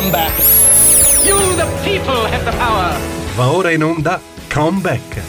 Comeback. You, the people, have the power. Va ora in onda Comeback.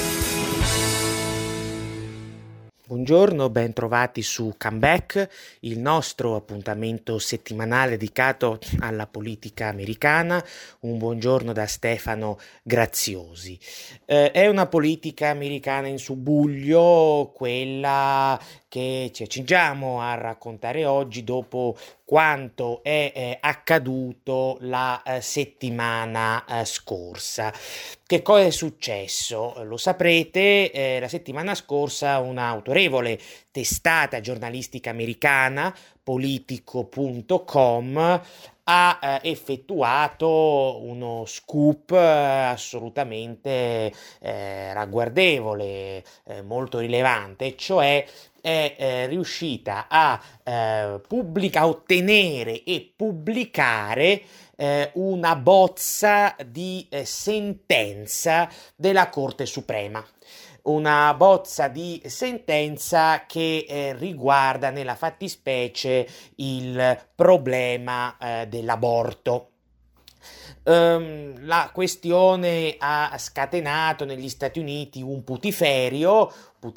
Buongiorno, ben trovati su Comeback, il nostro appuntamento settimanale dedicato alla politica americana. Un buongiorno da Stefano Graziosi. È una politica americana in subbuglio, quella che ci accingiamo a raccontare oggi dopo quanto è accaduto la settimana scorsa. Che cosa è successo? Lo saprete, la settimana scorsa una autorevole testata giornalistica americana, Politico.com, ha effettuato uno scoop assolutamente ragguardevole, molto rilevante, cioè è riuscita a ottenere e pubblicare una bozza di sentenza della Corte Suprema. Una bozza di sentenza che riguarda nella fattispecie il problema dell'aborto. La questione ha scatenato negli Stati Uniti un putiferio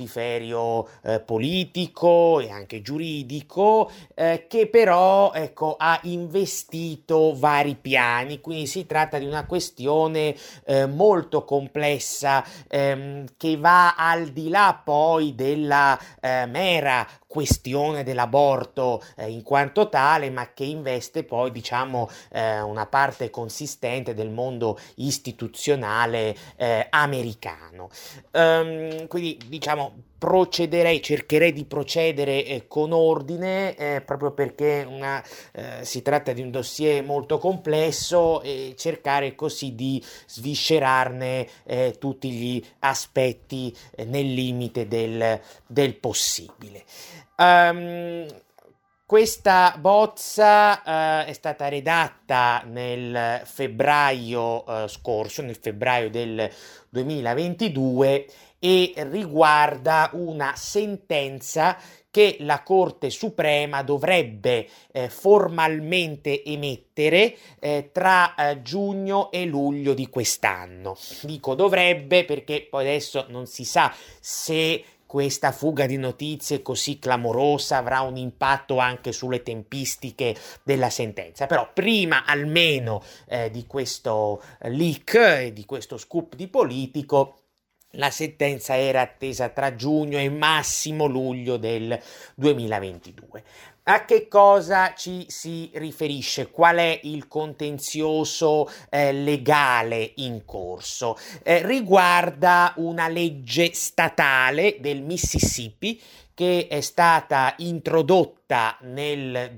politico e anche giuridico, che però ha investito vari piani, quindi si tratta di una questione molto complessa, che va al di là poi della mera questione dell'aborto in quanto tale, ma che investe poi una parte consistente del mondo istituzionale americano. Quindi cercherei di procedere con ordine, proprio perché si tratta di un dossier molto complesso, e cercare così di sviscerarne tutti gli aspetti nel limite del possibile. Questa bozza è stata redatta nel febbraio scorso, nel febbraio del 2022, e riguarda una sentenza che la Corte Suprema dovrebbe formalmente emettere tra giugno e luglio di quest'anno. Dico dovrebbe perché poi adesso non si sa se questa fuga di notizie così clamorosa avrà un impatto anche sulle tempistiche della sentenza, però prima almeno di questo leak e di questo scoop di Politico, la sentenza era attesa tra giugno e massimo luglio del 2022. A che cosa ci si riferisce? Qual è il contenzioso legale in corso? Riguarda una legge statale del Mississippi che è stata introdotta nel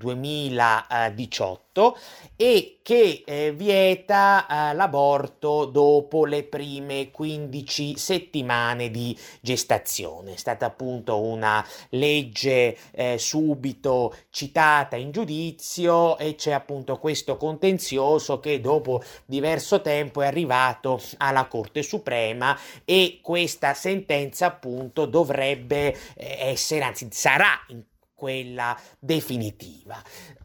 2018 e che vieta l'aborto dopo le prime 15 settimane di gestazione. È stata appunto una legge subito citata in giudizio, e c'è appunto questo contenzioso che dopo diverso tempo è arrivato alla Corte Suprema, e questa sentenza appunto dovrebbe sarà quella definitiva.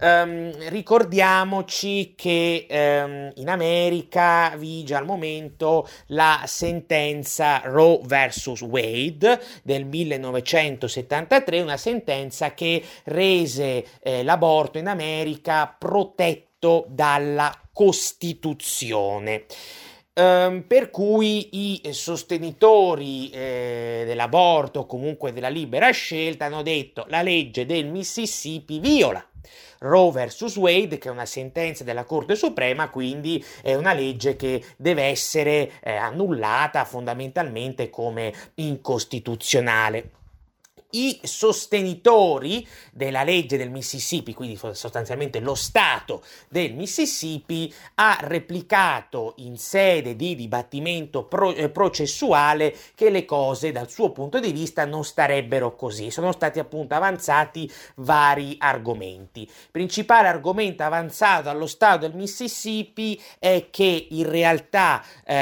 Ricordiamoci che in America vige al momento la sentenza Roe vs. Wade del 1973, una sentenza che rese l'aborto in America protetto dalla Costituzione. Per cui i sostenitori dell'aborto, comunque della libera scelta, hanno detto: la legge del Mississippi viola Roe vs. Wade, che è una sentenza della Corte Suprema, quindi è una legge che deve essere annullata fondamentalmente come incostituzionale. I sostenitori della legge del Mississippi, quindi sostanzialmente lo Stato del Mississippi, ha replicato in sede di dibattimento processuale che le cose dal suo punto di vista non starebbero così. Sono stati appunto avanzati vari argomenti. Il principale argomento avanzato dallo Stato del Mississippi è che in realtà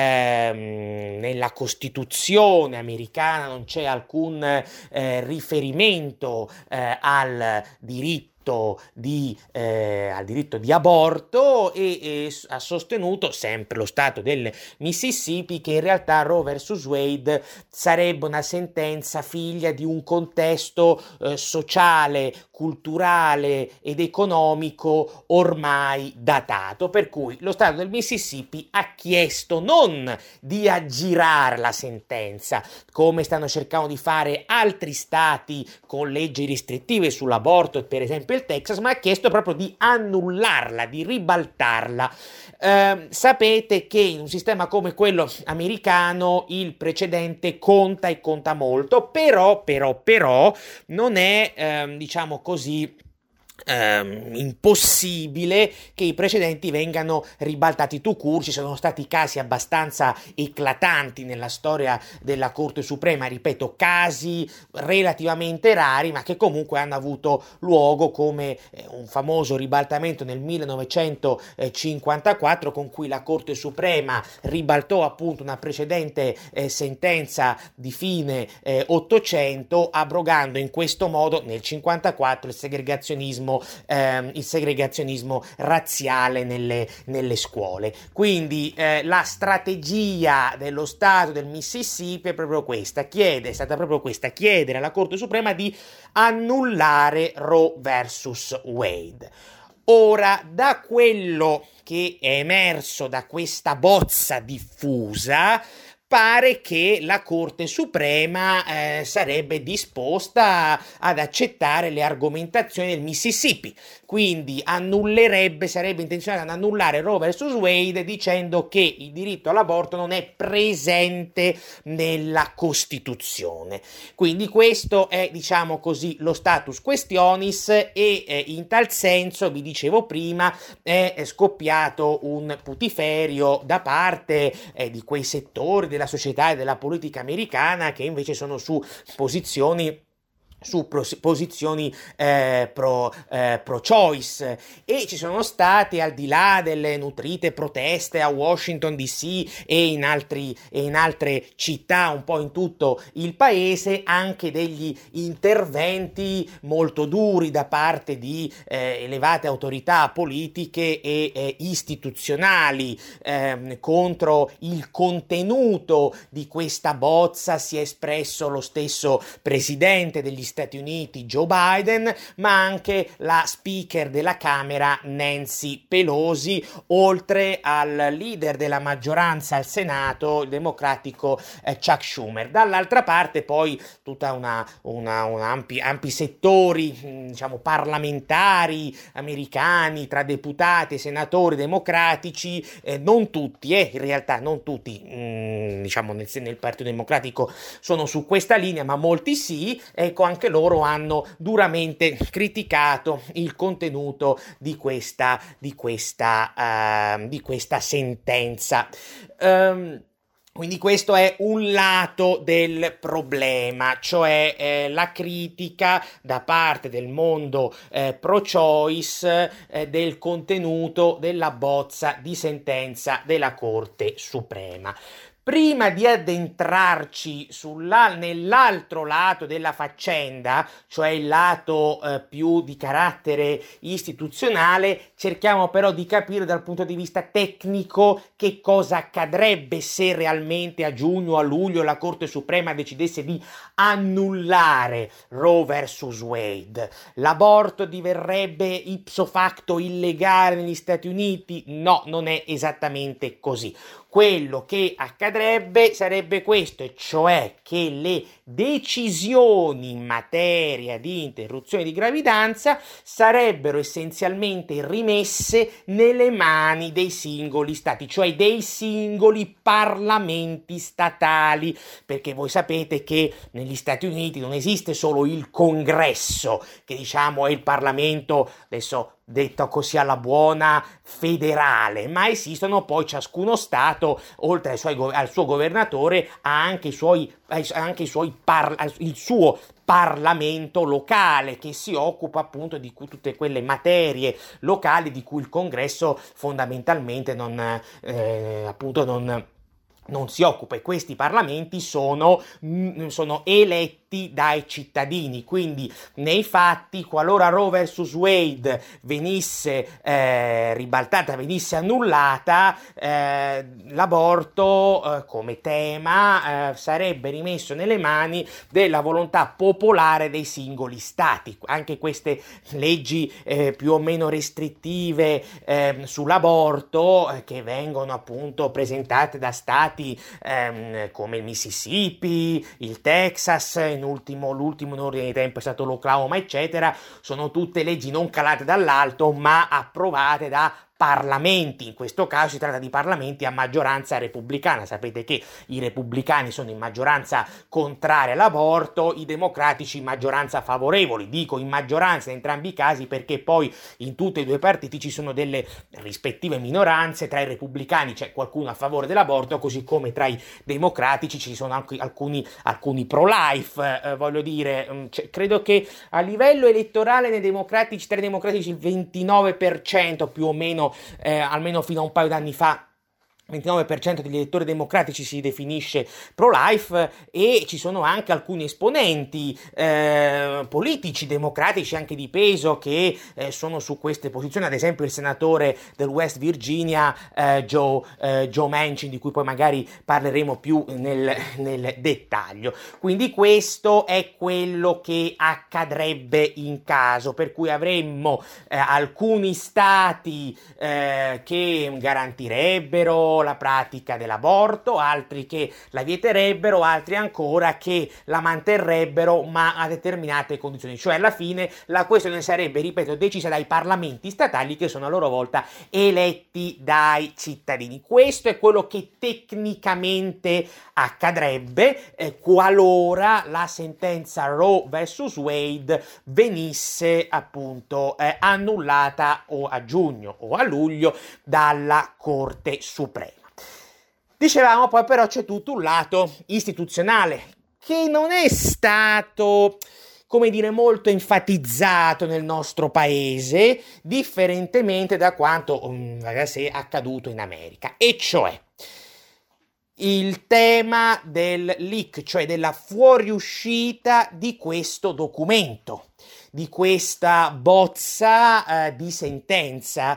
nella Costituzione americana non c'è alcun riferimento al diritto al diritto di aborto e ha sostenuto sempre lo Stato del Mississippi che in realtà Roe vs. Wade sarebbe una sentenza figlia di un contesto sociale, culturale ed economico ormai datato, per cui lo Stato del Mississippi ha chiesto non di aggirare la sentenza come stanno cercando di fare altri stati con leggi restrittive sull'aborto, per esempio il Texas, ma ha chiesto proprio di annullarla, di ribaltarla. Sapete che in un sistema come quello americano il precedente conta e conta molto, però non è, diciamo così, impossibile che i precedenti vengano ribaltati tout court. Ci sono stati casi abbastanza eclatanti nella storia della Corte Suprema, ripeto, casi relativamente rari ma che comunque hanno avuto luogo, come un famoso ribaltamento nel 1954 con cui la Corte Suprema ribaltò appunto una precedente sentenza di fine 800, abrogando in questo modo nel 54 il segregazionismo razziale nelle scuole. Quindi la strategia dello Stato del Mississippi è proprio questa, chiedere alla Corte Suprema di annullare Roe vs. Wade. Ora, da quello che è emerso da questa bozza diffusa, pare che la Corte Suprema sarebbe disposta ad accettare le argomentazioni del Mississippi, quindi sarebbe intenzionata ad annullare Roe vs. Wade dicendo che il diritto all'aborto non è presente nella Costituzione. Quindi questo è, diciamo così, lo status questionis e in tal senso, vi dicevo prima, è scoppiato un putiferio da parte di quei settori della società e della politica americana che invece sono su posizioni pro-choice, e ci sono state, al di là delle nutrite proteste a Washington DC e in altre città un po' in tutto il paese, anche degli interventi molto duri da parte di elevate autorità politiche e istituzionali contro il contenuto di questa bozza. Si è espresso lo stesso presidente degli Stati Uniti Joe Biden, ma anche la speaker della Camera Nancy Pelosi, oltre al leader della maggioranza al Senato, il democratico Chuck Schumer. Dall'altra parte poi tutta ampi settori, diciamo, parlamentari americani, tra deputati e senatori democratici, non tutti, in realtà non tutti, diciamo nel Partito Democratico sono su questa linea, ma molti sì. Ecco, anche loro hanno duramente criticato il contenuto di questa sentenza. Quindi questo è un lato del problema, cioè la critica da parte del mondo pro-choice del contenuto della bozza di sentenza della Corte Suprema. Prima di addentrarci nell'altro lato della faccenda, cioè il lato più di carattere istituzionale, cerchiamo però di capire dal punto di vista tecnico che cosa accadrebbe se realmente a giugno o a luglio la Corte Suprema decidesse di annullare Roe vs. Wade. L'aborto diverrebbe ipso facto illegale negli Stati Uniti? No, non è esattamente così. Quello che accadrebbe sarebbe questo, e cioè che le decisioni in materia di interruzione di gravidanza sarebbero essenzialmente rimesse nelle mani dei singoli stati, cioè dei singoli parlamenti statali, perché voi sapete che negli Stati Uniti non esiste solo il Congresso, che diciamo è il Parlamento, adesso detto così alla buona, federale, ma esistono poi, ciascuno Stato, oltre al suo governatore, ha anche il suo Parlamento locale, che si occupa appunto di tutte quelle materie locali di cui il Congresso fondamentalmente non si occupa, e questi parlamenti sono eletti eletti dai cittadini. Quindi nei fatti, qualora Roe vs. Wade venisse ribaltata, venisse annullata, l'aborto come tema sarebbe rimesso nelle mani della volontà popolare dei singoli stati. Anche queste leggi più o meno restrittive sull'aborto che vengono appunto presentate da stati come il Mississippi, il Texas, l'ultimo in ordine di tempo è stato l'Oklahoma, eccetera, sono tutte leggi non calate dall'alto ma approvate da parlamenti. In questo caso si tratta di parlamenti a maggioranza repubblicana. Sapete che i repubblicani sono in maggioranza contraria all'aborto, i democratici in maggioranza favorevoli. Dico in maggioranza in entrambi i casi perché poi in tutti e due i partiti ci sono delle rispettive minoranze. Tra i repubblicani c'è qualcuno a favore dell'aborto, così come tra i democratici ci sono anche alcuni pro-life, voglio dire. Credo che a livello elettorale tra i democratici il 29% più o meno, almeno fino a un paio d'anni fa, 29% degli elettori democratici si definisce pro-life, e ci sono anche alcuni esponenti politici democratici anche di peso che sono su queste posizioni, ad esempio il senatore del West Virginia Joe Manchin, di cui poi magari parleremo più nel dettaglio. Quindi questo è quello che accadrebbe in caso, per cui avremmo alcuni stati che garantirebbero la pratica dell'aborto, altri che la vieterebbero, altri ancora che la manterrebbero ma a determinate condizioni. Cioè alla fine la questione sarebbe, ripeto, decisa dai parlamenti statali, che sono a loro volta eletti dai cittadini. Questo è quello che tecnicamente accadrebbe qualora la sentenza Roe vs. Wade venisse appunto annullata o a giugno o a luglio dalla Corte Suprema. Dicevamo poi però c'è tutto un lato istituzionale che non è stato, come dire, molto enfatizzato nel nostro paese, differentemente da quanto è accaduto in America, e cioè il tema del leak, cioè della fuoriuscita di questo documento, di questa bozza di sentenza.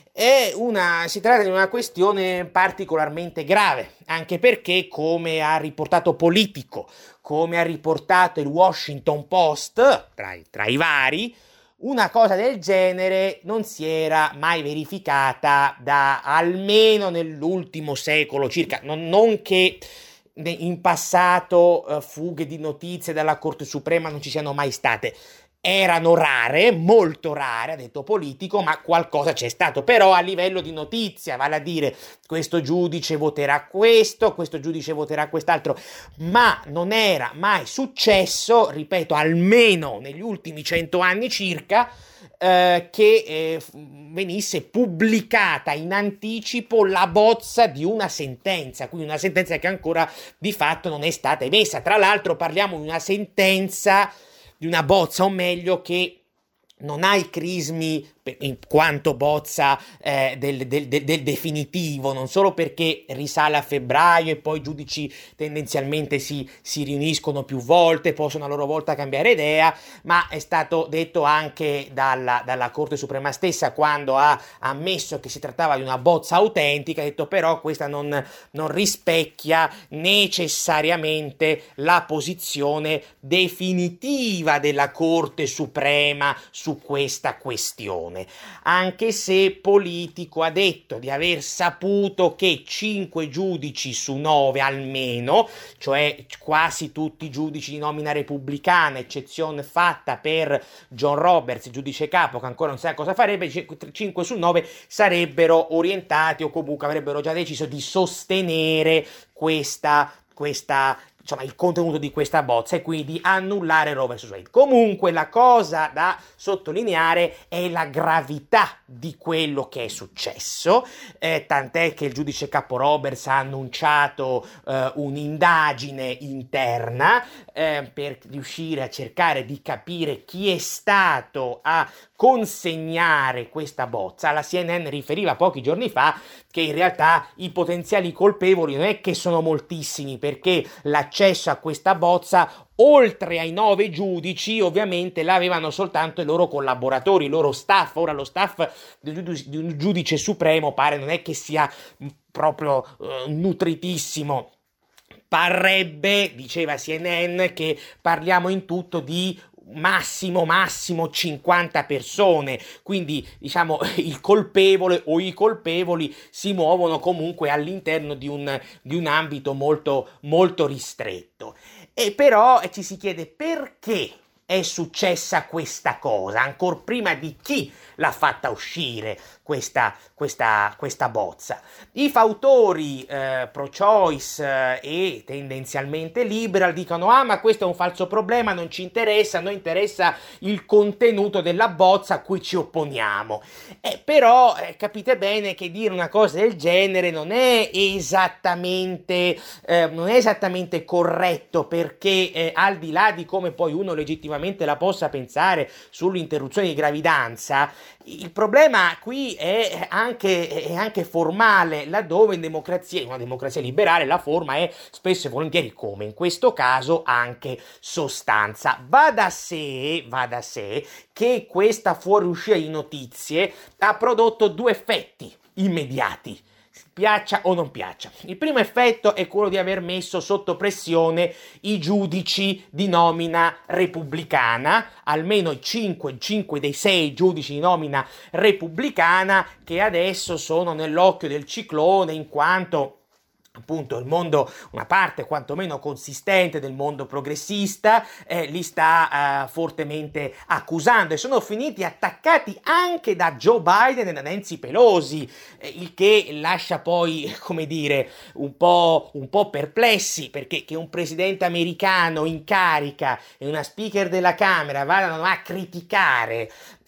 Si tratta di una questione particolarmente grave, anche perché, come ha riportato Politico, come ha riportato il Washington Post, tra i vari, una cosa del genere non si era mai verificata da almeno nell'ultimo secolo circa. Non che in passato fughe di notizie dalla Corte Suprema non ci siano mai state. Erano rare, molto rare, ha detto Politico, ma qualcosa c'è stato. Però a livello di notizia, vale a dire questo giudice voterà questo giudice voterà quest'altro, ma non era mai successo, ripeto, almeno negli ultimi 100 anni circa, che venisse pubblicata in anticipo la bozza di una sentenza, quindi una sentenza che ancora di fatto non è stata emessa. Tra l'altro parliamo di una sentenza, di una bozza, o meglio, che non ha i crismi in quanto bozza del definitivo, non solo perché risale a febbraio e poi i giudici tendenzialmente si riuniscono più volte, possono a loro volta cambiare idea, ma è stato detto anche dalla Corte Suprema stessa, quando ha ammesso che si trattava di una bozza autentica, ha detto però questa non rispecchia necessariamente la posizione definitiva della Corte Suprema su questa questione. Anche se Politico ha detto di aver saputo che 5 giudici su 9 almeno, cioè quasi tutti i giudici di nomina repubblicana, eccezione fatta per John Roberts, giudice capo, che ancora non sa cosa farebbe, 5 su 9 sarebbero orientati o comunque avrebbero già deciso di sostenere questa insomma il contenuto di questa bozza, e quindi annullare Roe vs. Wade. Comunque la cosa da sottolineare è la gravità di quello che è successo, tant'è che il giudice capo Roberts ha annunciato un'indagine interna per riuscire a cercare di capire chi è stato a consegnare questa bozza. La CNN riferiva pochi giorni fa che in realtà i potenziali colpevoli non è che sono moltissimi, perché l'accesso a questa bozza, oltre ai 9 giudici, ovviamente l'avevano soltanto i loro collaboratori, il loro staff. Ora lo staff di un giudice supremo pare non è che sia proprio nutritissimo. Parrebbe, diceva CNN, che parliamo in tutto di massimo 50 persone, quindi diciamo il colpevole o i colpevoli si muovono comunque all'interno di un ambito molto ristretto. E però ci si chiede perché è successa questa cosa, ancor prima di chi l'ha fatta uscire questa bozza. I fautori pro-choice e tendenzialmente liberal dicono: ah, ma questo è un falso problema, non ci interessa, a noi interessa il contenuto della bozza a cui ci opponiamo. Però capite bene che dire una cosa del genere non è esattamente corretto, perché al di là di come poi uno legittimamente la possa pensare sull'interruzione di gravidanza, il problema qui è anche formale, laddove in una democrazia liberale la forma è spesso e volentieri, come in questo caso, anche sostanza. Va da sé che questa fuoriuscita di notizie ha prodotto due effetti immediati, piaccia o non piaccia. Il primo effetto è quello di aver messo sotto pressione i giudici di nomina repubblicana, almeno i 5 dei 6 giudici di nomina repubblicana, che adesso sono nell'occhio del ciclone, in quanto appunto il mondo, una parte quantomeno consistente del mondo progressista, li sta fortemente accusando, e sono finiti attaccati anche da Joe Biden e da Nancy Pelosi, il che lascia poi, come dire, un po' perplessi, perché che un presidente americano in carica e una speaker della Camera vadano a criticare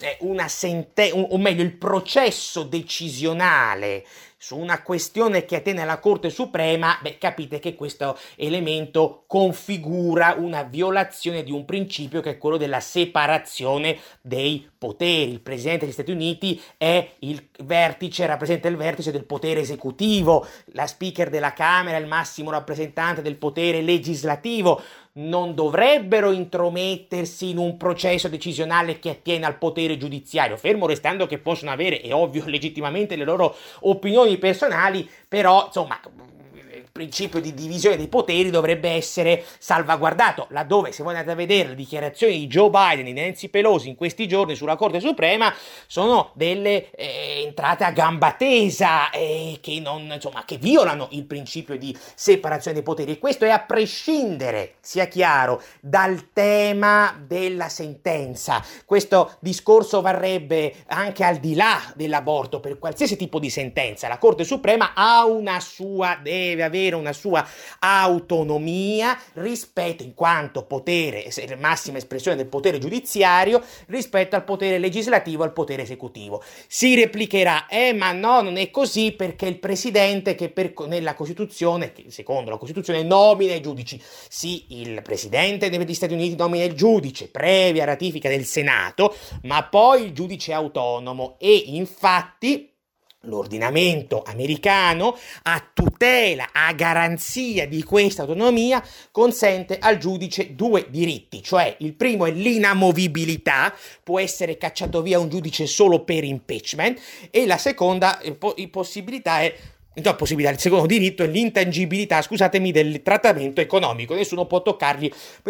o meglio il processo decisionale su una questione che attiene alla Corte Suprema, capite che questo elemento configura una violazione di un principio che è quello della separazione dei poteri. Il Presidente degli Stati Uniti rappresenta il vertice del potere esecutivo, la Speaker della Camera è il massimo rappresentante del potere legislativo. Non dovrebbero intromettersi in un processo decisionale che attiene al potere giudiziario, fermo restando che possono avere, è ovvio, legittimamente le loro opinioni personali, però insomma il principio di divisione dei poteri dovrebbe essere salvaguardato, laddove, se voi andate a vedere le dichiarazioni di Joe Biden e di Nancy Pelosi in questi giorni sulla Corte Suprema, sono delle entrate a gamba tesa che violano il principio di separazione dei poteri, e questo è a prescindere, sia chiaro, dal tema della sentenza. Questo discorso varrebbe anche al di là dell'aborto, per qualsiasi tipo di sentenza. La Corte Suprema deve avere una sua autonomia rispetto, in quanto potere, massima espressione del potere giudiziario, rispetto al potere legislativo e al potere esecutivo. Si replicherà, ma no, non è così, perché il presidente nella Costituzione, che secondo la Costituzione nomina i giudici. Sì, il presidente degli Stati Uniti nomina il giudice previa ratifica del Senato, ma poi il giudice è autonomo, e infatti l'ordinamento americano, a tutela, a garanzia di questa autonomia, consente al giudice due diritti, cioè il primo è l'inamovibilità, può essere cacciato via un giudice solo per impeachment, e la seconda possibilità è il secondo diritto è l'intangibilità, del trattamento economico. Nessuno può toccargli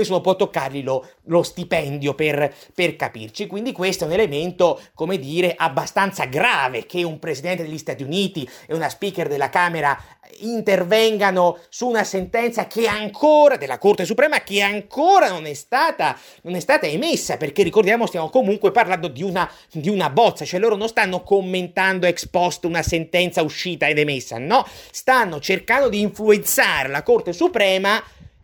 lo stipendio, per capirci. Quindi questo è un elemento, come dire, abbastanza grave, che un presidente degli Stati Uniti e una speaker della Camera intervengano su una sentenza della Corte Suprema che ancora non è stata emessa, perché ricordiamo stiamo comunque parlando di una bozza, cioè loro non stanno commentando ex post una sentenza uscita ed emessa, no, stanno cercando di influenzare la Corte Suprema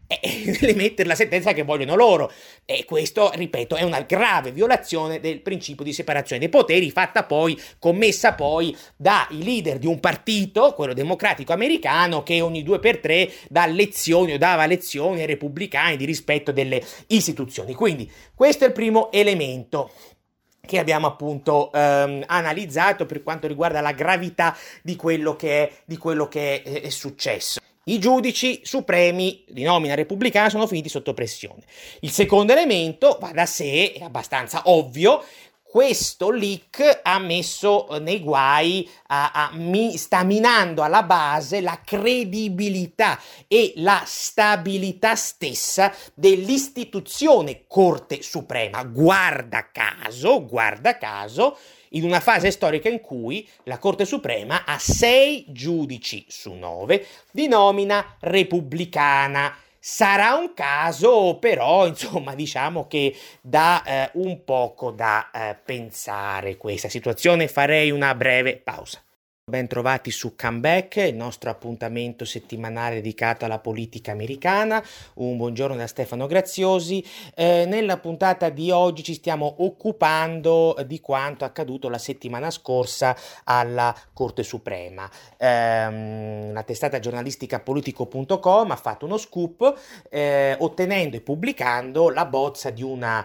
emettere la sentenza che vogliono loro. E questo, ripeto, è una grave violazione del principio di separazione dei poteri, commessa poi dai leader di un partito, quello democratico americano, che ogni 2x3 dava lezioni ai repubblicani di rispetto delle istituzioni. Quindi questo è il primo elemento che abbiamo appunto analizzato per quanto riguarda la gravità di quello che è successo. I giudici supremi di nomina repubblicana sono finiti sotto pressione. Il secondo elemento, va da sé, è abbastanza ovvio, questo leak ha messo nei guai, sta minando alla base la credibilità e la stabilità stessa dell'istituzione Corte Suprema. Guarda caso, in una fase storica in cui la Corte Suprema ha 6 giudici su 9 di nomina repubblicana. Sarà un caso, però, insomma, diciamo che dà un poco da pensare questa situazione. Farei una breve pausa. Ben trovati su Comeback, il nostro appuntamento settimanale dedicato alla politica americana. Un buongiorno da Stefano Graziosi. Nella puntata di oggi ci stiamo occupando di quanto accaduto la settimana scorsa alla Corte Suprema. La testata giornalistica politico.com ha fatto uno scoop ottenendo e pubblicando la bozza di una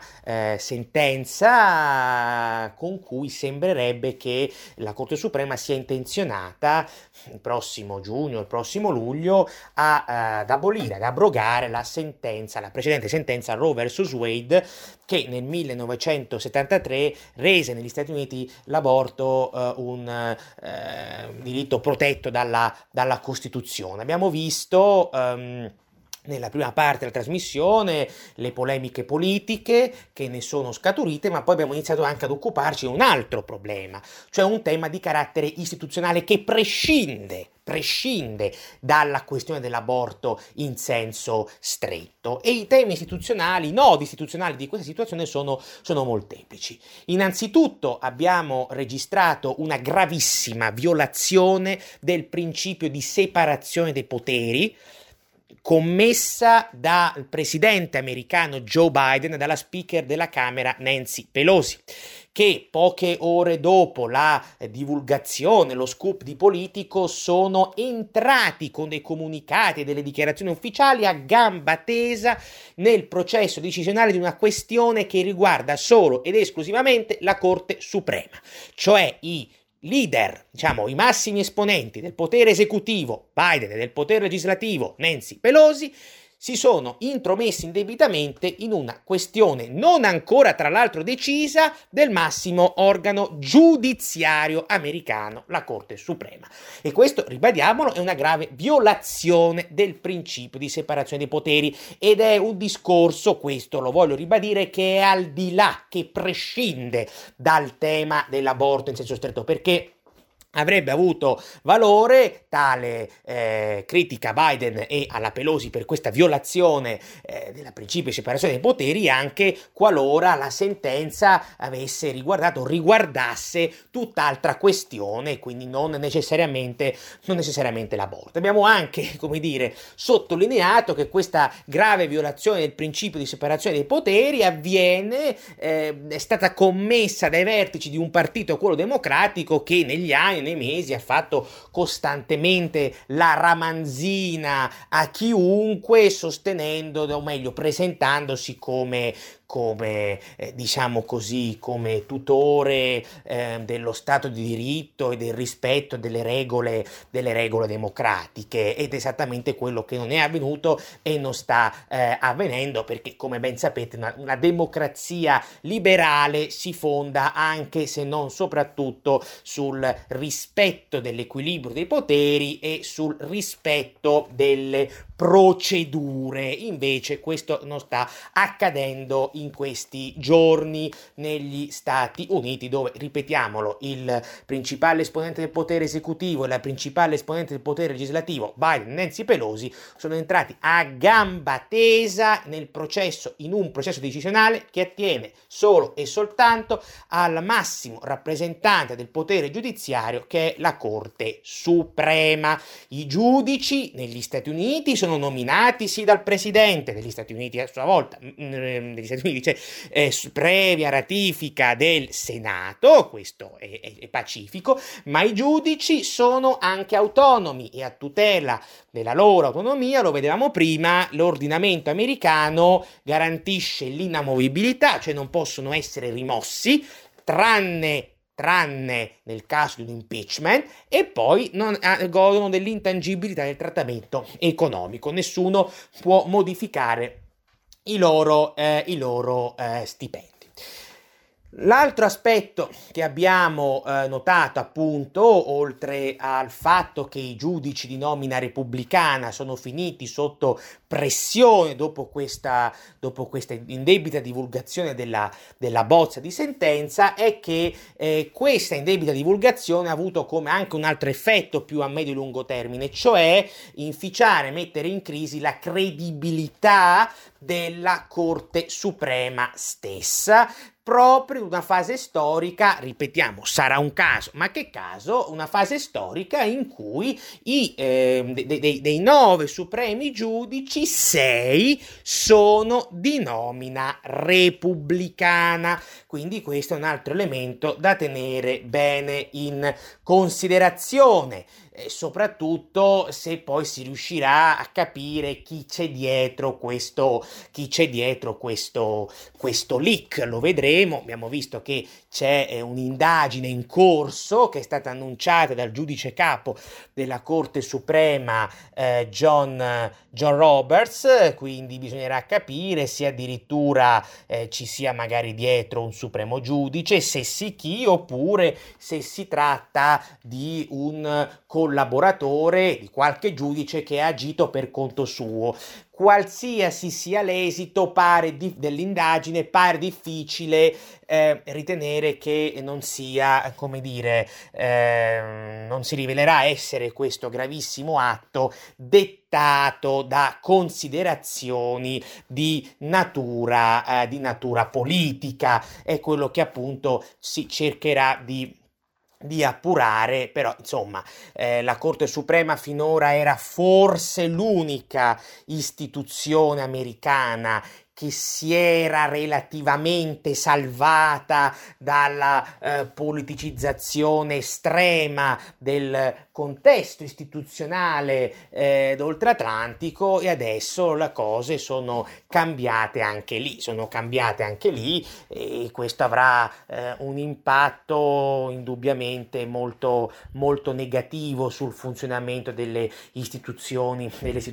sentenza con cui sembrerebbe che la Corte Suprema sia intenzionata il prossimo giugno, il prossimo luglio ad abrogare la precedente sentenza Roe vs. Wade, che nel 1973 rese negli Stati Uniti l'aborto un diritto protetto dalla Costituzione. Abbiamo visto nella prima parte della trasmissione le polemiche politiche che ne sono scaturite, ma poi abbiamo iniziato anche ad occuparci di un altro problema, cioè un tema di carattere istituzionale che prescinde dalla questione dell'aborto in senso stretto. E i temi istituzionali, i nodi istituzionali di questa situazione sono molteplici. Innanzitutto abbiamo registrato una gravissima violazione del principio di separazione dei poteri commessa dal presidente americano Joe Biden e dalla speaker della Camera Nancy Pelosi, che poche ore dopo la divulgazione, lo scoop di Politico, sono entrati con dei comunicati e delle dichiarazioni ufficiali a gamba tesa nel processo decisionale di una questione che riguarda solo ed esclusivamente la Corte Suprema, cioè i leader, i massimi esponenti del potere esecutivo, Biden, e del potere legislativo, Nancy Pelosi, si sono intromessi indebitamente in una questione non ancora tra l'altro decisa del massimo organo giudiziario americano, la Corte Suprema. E questo, ribadiamolo, è una grave violazione del principio di separazione dei poteri ed è un discorso, questo lo voglio ribadire, che è al di là, che prescinde dal tema dell'aborto in senso stretto, perché avrebbe avuto valore tale critica a Biden e alla Pelosi per questa violazione del principio di separazione dei poteri anche qualora la sentenza riguardasse tutt'altra questione, quindi non necessariamente l'aborto. Abbiamo anche, sottolineato che questa grave violazione del principio di separazione dei poteri è stata commessa dai vertici di un partito, quello democratico, che negli anni, nei mesi, ha fatto costantemente la ramanzina a chiunque, sostenendo, o meglio presentandosi come tutore dello Stato di diritto e del rispetto delle regole democratiche, ed esattamente quello che non è avvenuto e non sta avvenendo, perché, come ben sapete, una democrazia liberale si fonda anche, se non soprattutto, sul rispetto dell'equilibrio dei poteri e sul rispetto delle procedure. Invece questo non sta accadendo in in questi giorni negli Stati Uniti, dove, ripetiamolo, il principale esponente del potere esecutivo e la principale esponente del potere legislativo, Biden e Nancy Pelosi, sono entrati a gamba tesa in un processo decisionale che attiene solo e soltanto al massimo rappresentante del potere giudiziario, che è la Corte Suprema. I giudici negli Stati Uniti sono nominati sì dal presidente degli Stati Uniti a sua volta, negli Stati Uniti previa ratifica del Senato, questo è pacifico, ma i giudici sono anche autonomi e a tutela della loro autonomia, lo vedevamo prima, l'ordinamento americano garantisce l'inamovibilità, cioè non possono essere rimossi, tranne nel caso di un impeachment, e poi godono dell'intangibilità del trattamento economico. Nessuno può modificare i loro stipendi. L'altro aspetto che abbiamo notato, appunto, oltre al fatto che i giudici di nomina repubblicana sono finiti sotto pressione dopo questa indebita divulgazione della bozza di sentenza, è che questa indebita divulgazione ha avuto come anche un altro effetto più a medio e lungo termine, cioè inficiare, mettere in crisi la credibilità della Corte Suprema stessa, proprio in una fase storica, ripetiamo, sarà un caso, ma che caso, una fase storica in cui dei 9 supremi giudici 6 sono di nomina repubblicana, quindi questo è un altro elemento da tenere bene in considerazione. Soprattutto se poi si riuscirà a capire chi c'è dietro questo leak. Lo vedremo. Abbiamo visto che c'è un'indagine in corso che è stata annunciata dal giudice capo della Corte Suprema, John Roberts, quindi bisognerà capire se addirittura ci sia magari dietro un supremo giudice, se sì chi, oppure se si tratta di un collaboratore, di qualche giudice che ha agito per conto suo. Qualsiasi sia l'esito dell'indagine, pare difficile ritenere che non sia, come dire, non si rivelerà essere questo gravissimo atto dettato da considerazioni di natura politica. È quello che appunto si cercherà di appurare, però insomma la Corte Suprema finora era forse l'unica istituzione americana che si era relativamente salvata dalla politicizzazione estrema del contesto istituzionale d'oltreatlantico, e adesso le cose sono cambiate anche lì, e questo avrà un impatto indubbiamente molto, molto negativo sul funzionamento delle istituzioni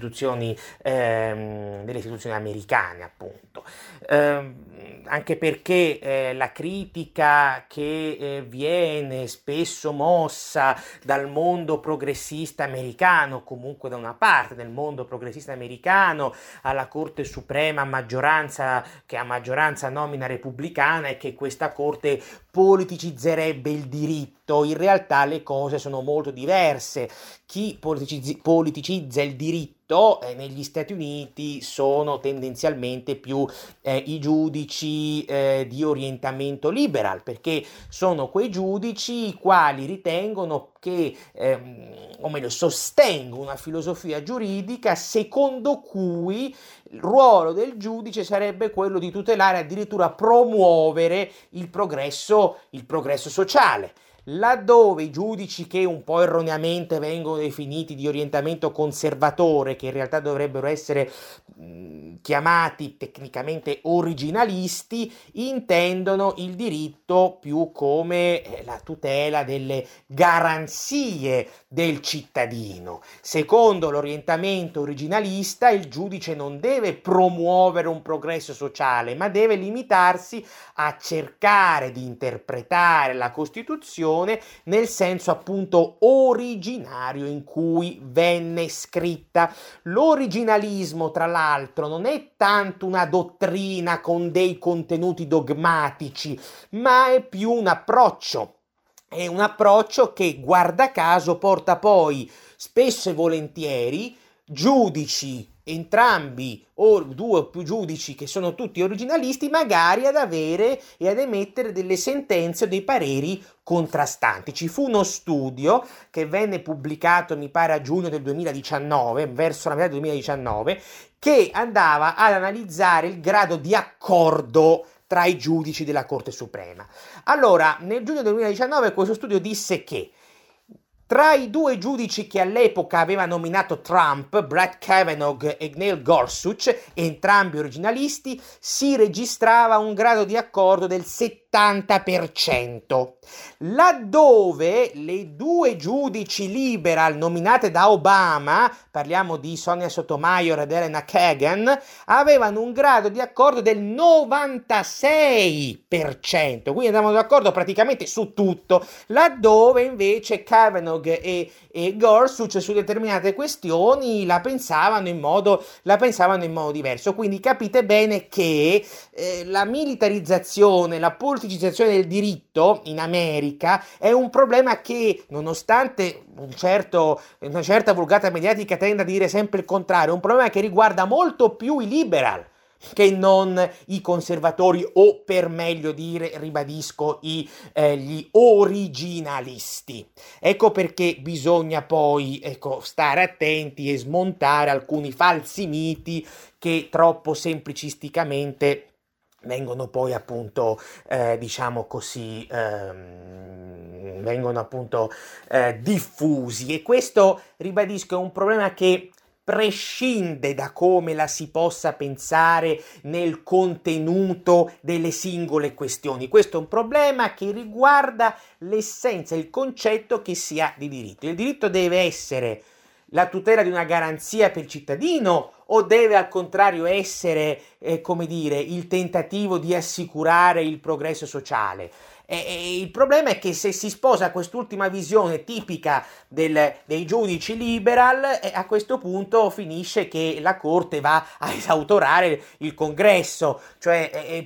americane, appunto. Anche perché la critica che viene spesso mossa dal mondo progressista americano, comunque da una parte del mondo progressista americano, alla Corte Suprema che a maggioranza nomina repubblicana, è che questa Corte politicizzerebbe il diritto. In realtà le cose sono molto diverse. Chi politicizza il diritto negli Stati Uniti sono tendenzialmente più i giudici di orientamento liberal, perché sono quei giudici i quali ritengono che, o meglio, sostengono una filosofia giuridica secondo cui il ruolo del giudice sarebbe quello di tutelare, addirittura promuovere il progresso sociale. Laddove i giudici che un po' erroneamente vengono definiti di orientamento conservatore, che in realtà dovrebbero essere chiamati tecnicamente originalisti, intendono il diritto più come la tutela delle garanzie del cittadino. Secondo l'orientamento originalista, il giudice non deve promuovere un progresso sociale, ma deve limitarsi a cercare di interpretare la Costituzione traduzione nel senso appunto originario in cui venne scritta. L'originalismo, tra l'altro, non è tanto una dottrina con dei contenuti dogmatici, ma è più un approccio. È un approccio che, guarda caso, porta poi spesso e volentieri giudici, entrambi o due o più giudici che sono tutti originalisti, magari ad avere e ad emettere delle sentenze o dei pareri contrastanti. Ci fu uno studio che venne pubblicato, mi pare, a giugno del 2019, verso la metà del 2019, che andava ad analizzare il grado di accordo tra i giudici della Corte Suprema. Allora, nel giugno del 2019 questo studio disse che tra i due giudici che all'epoca aveva nominato Trump, Brett Kavanaugh e Neil Gorsuch, entrambi originalisti, si registrava un grado di accordo del 70%, laddove le due giudici liberal nominate da Obama, parliamo di Sonia Sotomayor ed Elena Kagan, avevano un grado di accordo del 96%, quindi andavano d'accordo praticamente su tutto, laddove invece Kavanaugh e Gorsuch su determinate questioni la pensavano in modo diverso. Quindi capite bene che la militarizzazione, la politicizzazione del diritto in America è un problema che, nonostante una certa vulgata mediatica tenda a dire sempre il contrario, è un problema che riguarda molto più i liberal che non i conservatori o, per meglio dire, ribadisco, gli originalisti. Ecco perché bisogna poi stare attenti e smontare alcuni falsi miti che troppo semplicisticamente vengono poi appunto vengono appunto diffusi, e questo, ribadisco, è un problema che prescinde da come la si possa pensare nel contenuto delle singole questioni. Questo è un problema che riguarda l'essenza, il concetto che si ha di diritto. Il diritto deve essere la tutela di una garanzia per il cittadino, o deve al contrario essere, il tentativo di assicurare il progresso sociale? Il problema è che se si sposa quest'ultima visione tipica dei giudici liberal, a questo punto finisce che la Corte va a esautorare il Congresso, cioè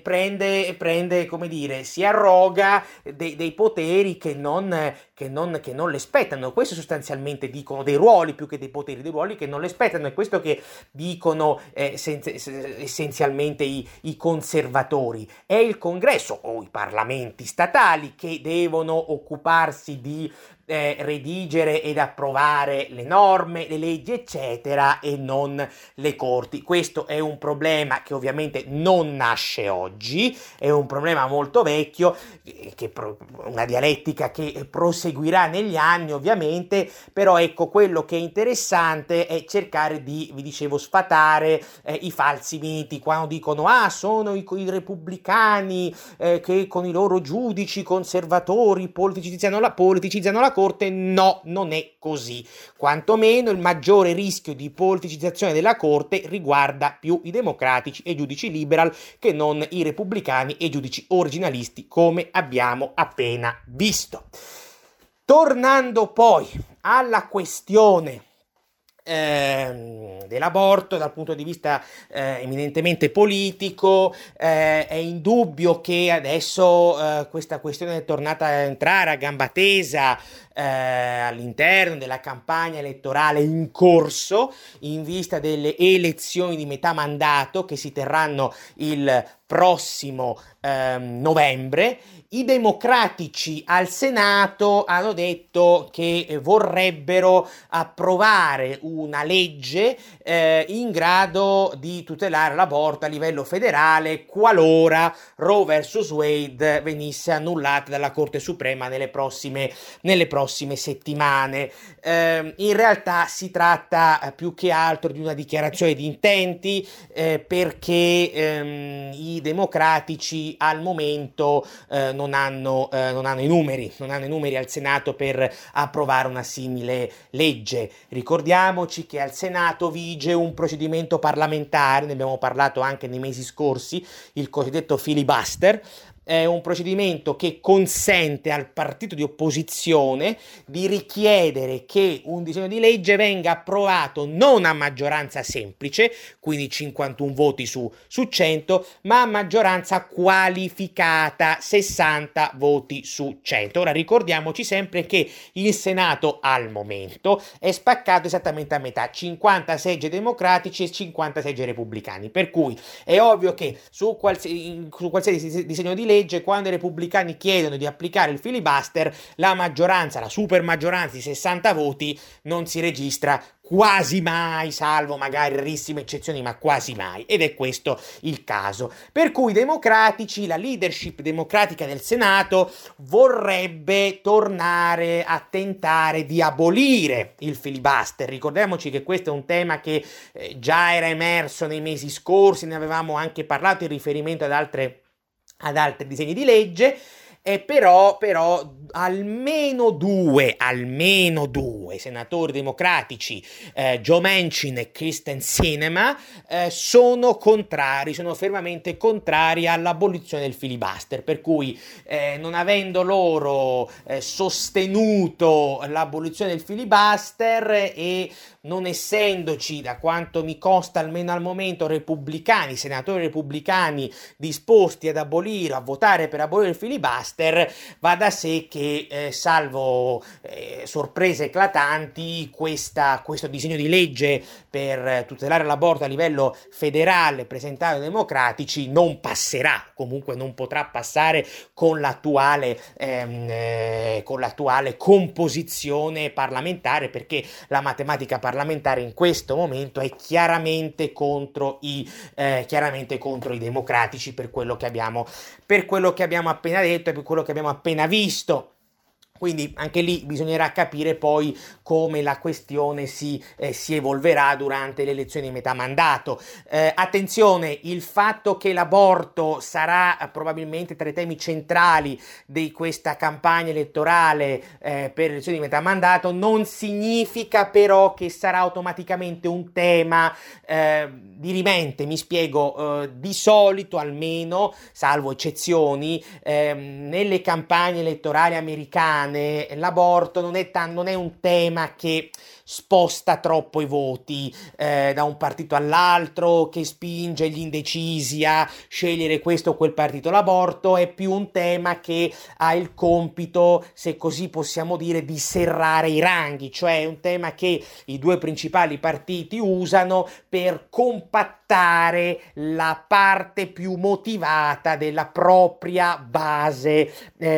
si arroga dei poteri che non le spettano. Questo sostanzialmente dicono, dei ruoli più che dei poteri, dei ruoli che non le spettano. È questo che dicono essenzialmente i conservatori. È il Congresso o i parlamenti statali che devono occuparsi di redigere ed approvare le norme, le leggi, eccetera, e non le corti. Questo è un problema che ovviamente non nasce oggi, è un problema molto vecchio, una dialettica che proseguirà negli anni ovviamente, però ecco, quello che è interessante è cercare di, vi dicevo, sfatare i falsi miti, quando dicono sono i repubblicani che con i loro giudici conservatori politicizzano la Corte. No, non è così. Quantomeno il maggiore rischio di politicizzazione della Corte riguarda più i democratici e i giudici liberal che non i repubblicani e i giudici originalisti, come abbiamo appena visto. Tornando poi alla questione dell'aborto dal punto di vista eminentemente politico, è indubbio che adesso questa questione è tornata a entrare a gamba tesa all'interno della campagna elettorale in corso in vista delle elezioni di metà mandato che si terranno il prossimo novembre. I democratici al Senato hanno detto che vorrebbero approvare una legge in grado di tutelare l'aborto a livello federale qualora Roe vs. Wade venisse annullata dalla Corte Suprema nelle prossime settimane. In realtà si tratta più che altro di una dichiarazione di intenti, perché i democratici al momento non hanno i numeri al Senato per approvare una simile legge. Ricordiamoci che al Senato vige un procedimento parlamentare, ne abbiamo parlato anche nei mesi scorsi, il cosiddetto filibuster, è un procedimento che consente al partito di opposizione di richiedere che un disegno di legge venga approvato non a maggioranza semplice, quindi 51 voti su 100, ma a maggioranza qualificata, 60 voti su 100. Ora ricordiamoci sempre che il Senato al momento è spaccato esattamente a metà, 50 seggi democratici e 50 seggi repubblicani, per cui è ovvio che su qualsiasi disegno di legge, quando i repubblicani chiedono di applicare il filibuster, la maggioranza, la super maggioranza di 60 voti non si registra quasi mai, salvo magari rarissime eccezioni, ma quasi mai, ed è questo il caso. Per cui i democratici, la leadership democratica del Senato vorrebbe tornare a tentare di abolire il filibuster. Ricordiamoci che questo è un tema che già era emerso nei mesi scorsi, ne avevamo anche parlato in riferimento ad altri disegni di legge. Però almeno due senatori democratici, Joe Manchin e Kyrsten Sinema, sono fermamente contrari all'abolizione del filibuster, per cui non avendo loro sostenuto l'abolizione del filibuster e non essendoci, da quanto mi consta almeno al momento, senatori repubblicani disposti a votare per abolire il filibuster, va da sé che, salvo sorprese eclatanti, questo disegno di legge per tutelare l'aborto a livello federale presentato dai democratici non passerà, comunque non potrà passare con l'attuale composizione parlamentare, perché la matematica parlamentare in questo momento è chiaramente contro i democratici, per quello che abbiamo appena detto e per quello che abbiamo appena visto. Quindi anche lì bisognerà capire poi come la questione si evolverà durante le elezioni di metà mandato. Attenzione, il fatto che l'aborto sarà probabilmente tra i temi centrali di questa campagna elettorale per le elezioni di metà mandato non significa però che sarà automaticamente un tema dirimente. Mi spiego, di solito, almeno, salvo eccezioni, nelle campagne elettorali americane l'aborto non è un tema che sposta troppo i voti da un partito all'altro, che spinge gli indecisi a scegliere questo o quel partito. L'aborto è più un tema che ha il compito, se così possiamo dire, di serrare i ranghi, cioè è un tema che i due principali partiti usano per compattare la parte più motivata della propria base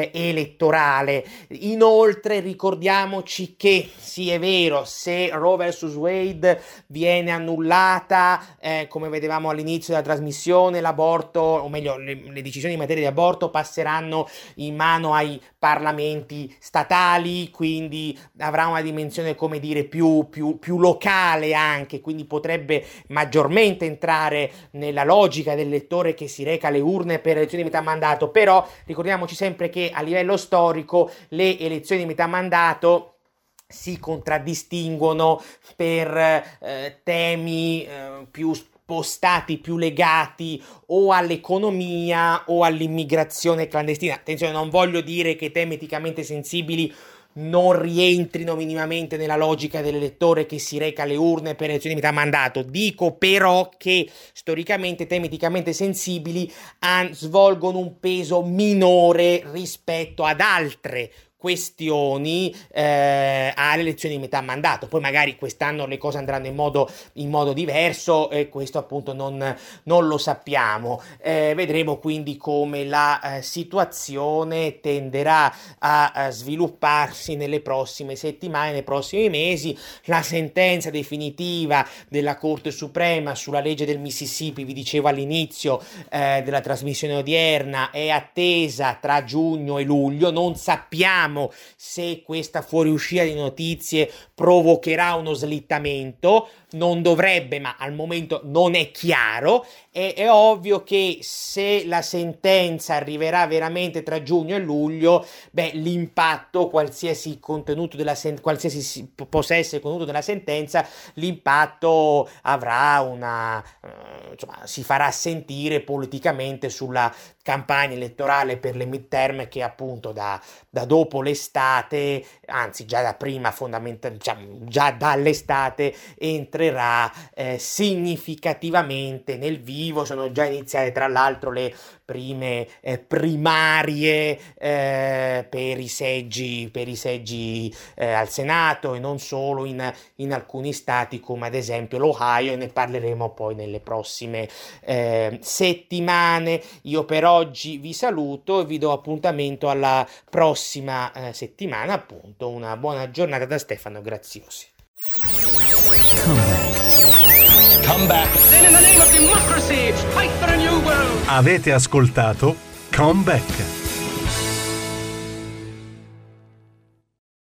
elettorale. Inoltre ricordiamoci che, sì, è vero, se Roe vs. Wade viene annullata, come vedevamo all'inizio della trasmissione, l'aborto, o meglio le decisioni in materia di aborto passeranno in mano ai parlamenti statali, quindi avrà una dimensione, come dire, più locale anche, quindi potrebbe maggiormente entrare nella logica del lettore che si reca alle urne per elezioni di metà mandato. Però ricordiamoci sempre che a livello storico le elezioni di metà mandato si contraddistinguono per temi più spostati, più legati o all'economia o all'immigrazione clandestina. Attenzione, non voglio dire che temi eticamente sensibili non rientrino minimamente nella logica dell'elettore che si reca alle urne per elezioni di metà mandato. Dico però che storicamente temi eticamente sensibili svolgono un peso minore rispetto ad altre questioni alle elezioni di metà mandato. Poi magari quest'anno le cose andranno in modo diverso, e questo appunto non lo sappiamo. Vedremo quindi come la situazione tenderà a svilupparsi nelle prossime settimane, nei prossimi mesi. La sentenza definitiva della Corte Suprema sulla legge del Mississippi, vi dicevo all'inizio della trasmissione odierna, è attesa tra giugno e luglio. Non sappiamo vediamo se questa fuoriuscita di notizie provocherà uno slittamento. Non dovrebbe, ma al momento non è chiaro. È ovvio che se la sentenza arriverà veramente tra giugno e luglio, l'impatto, qualsiasi contenuto qualsiasi possa essere il contenuto della sentenza, l'impatto avrà si farà sentire politicamente sulla campagna elettorale per le midterm, che appunto da dopo l'estate, anzi già da prima, già dall'estate, entrerà significativamente nel vivo. Sono già iniziate tra l'altro le prime primarie per i seggi al Senato, e non solo in alcuni stati come ad esempio l'Ohio, e ne parleremo poi nelle prossime settimane. Io per oggi vi saluto e vi do appuntamento alla prossima settimana. Appunto, una buona giornata da Stefano Graziosi. Come back. Then in the name of democracy, fight for a new world. Avete ascoltato Come Back.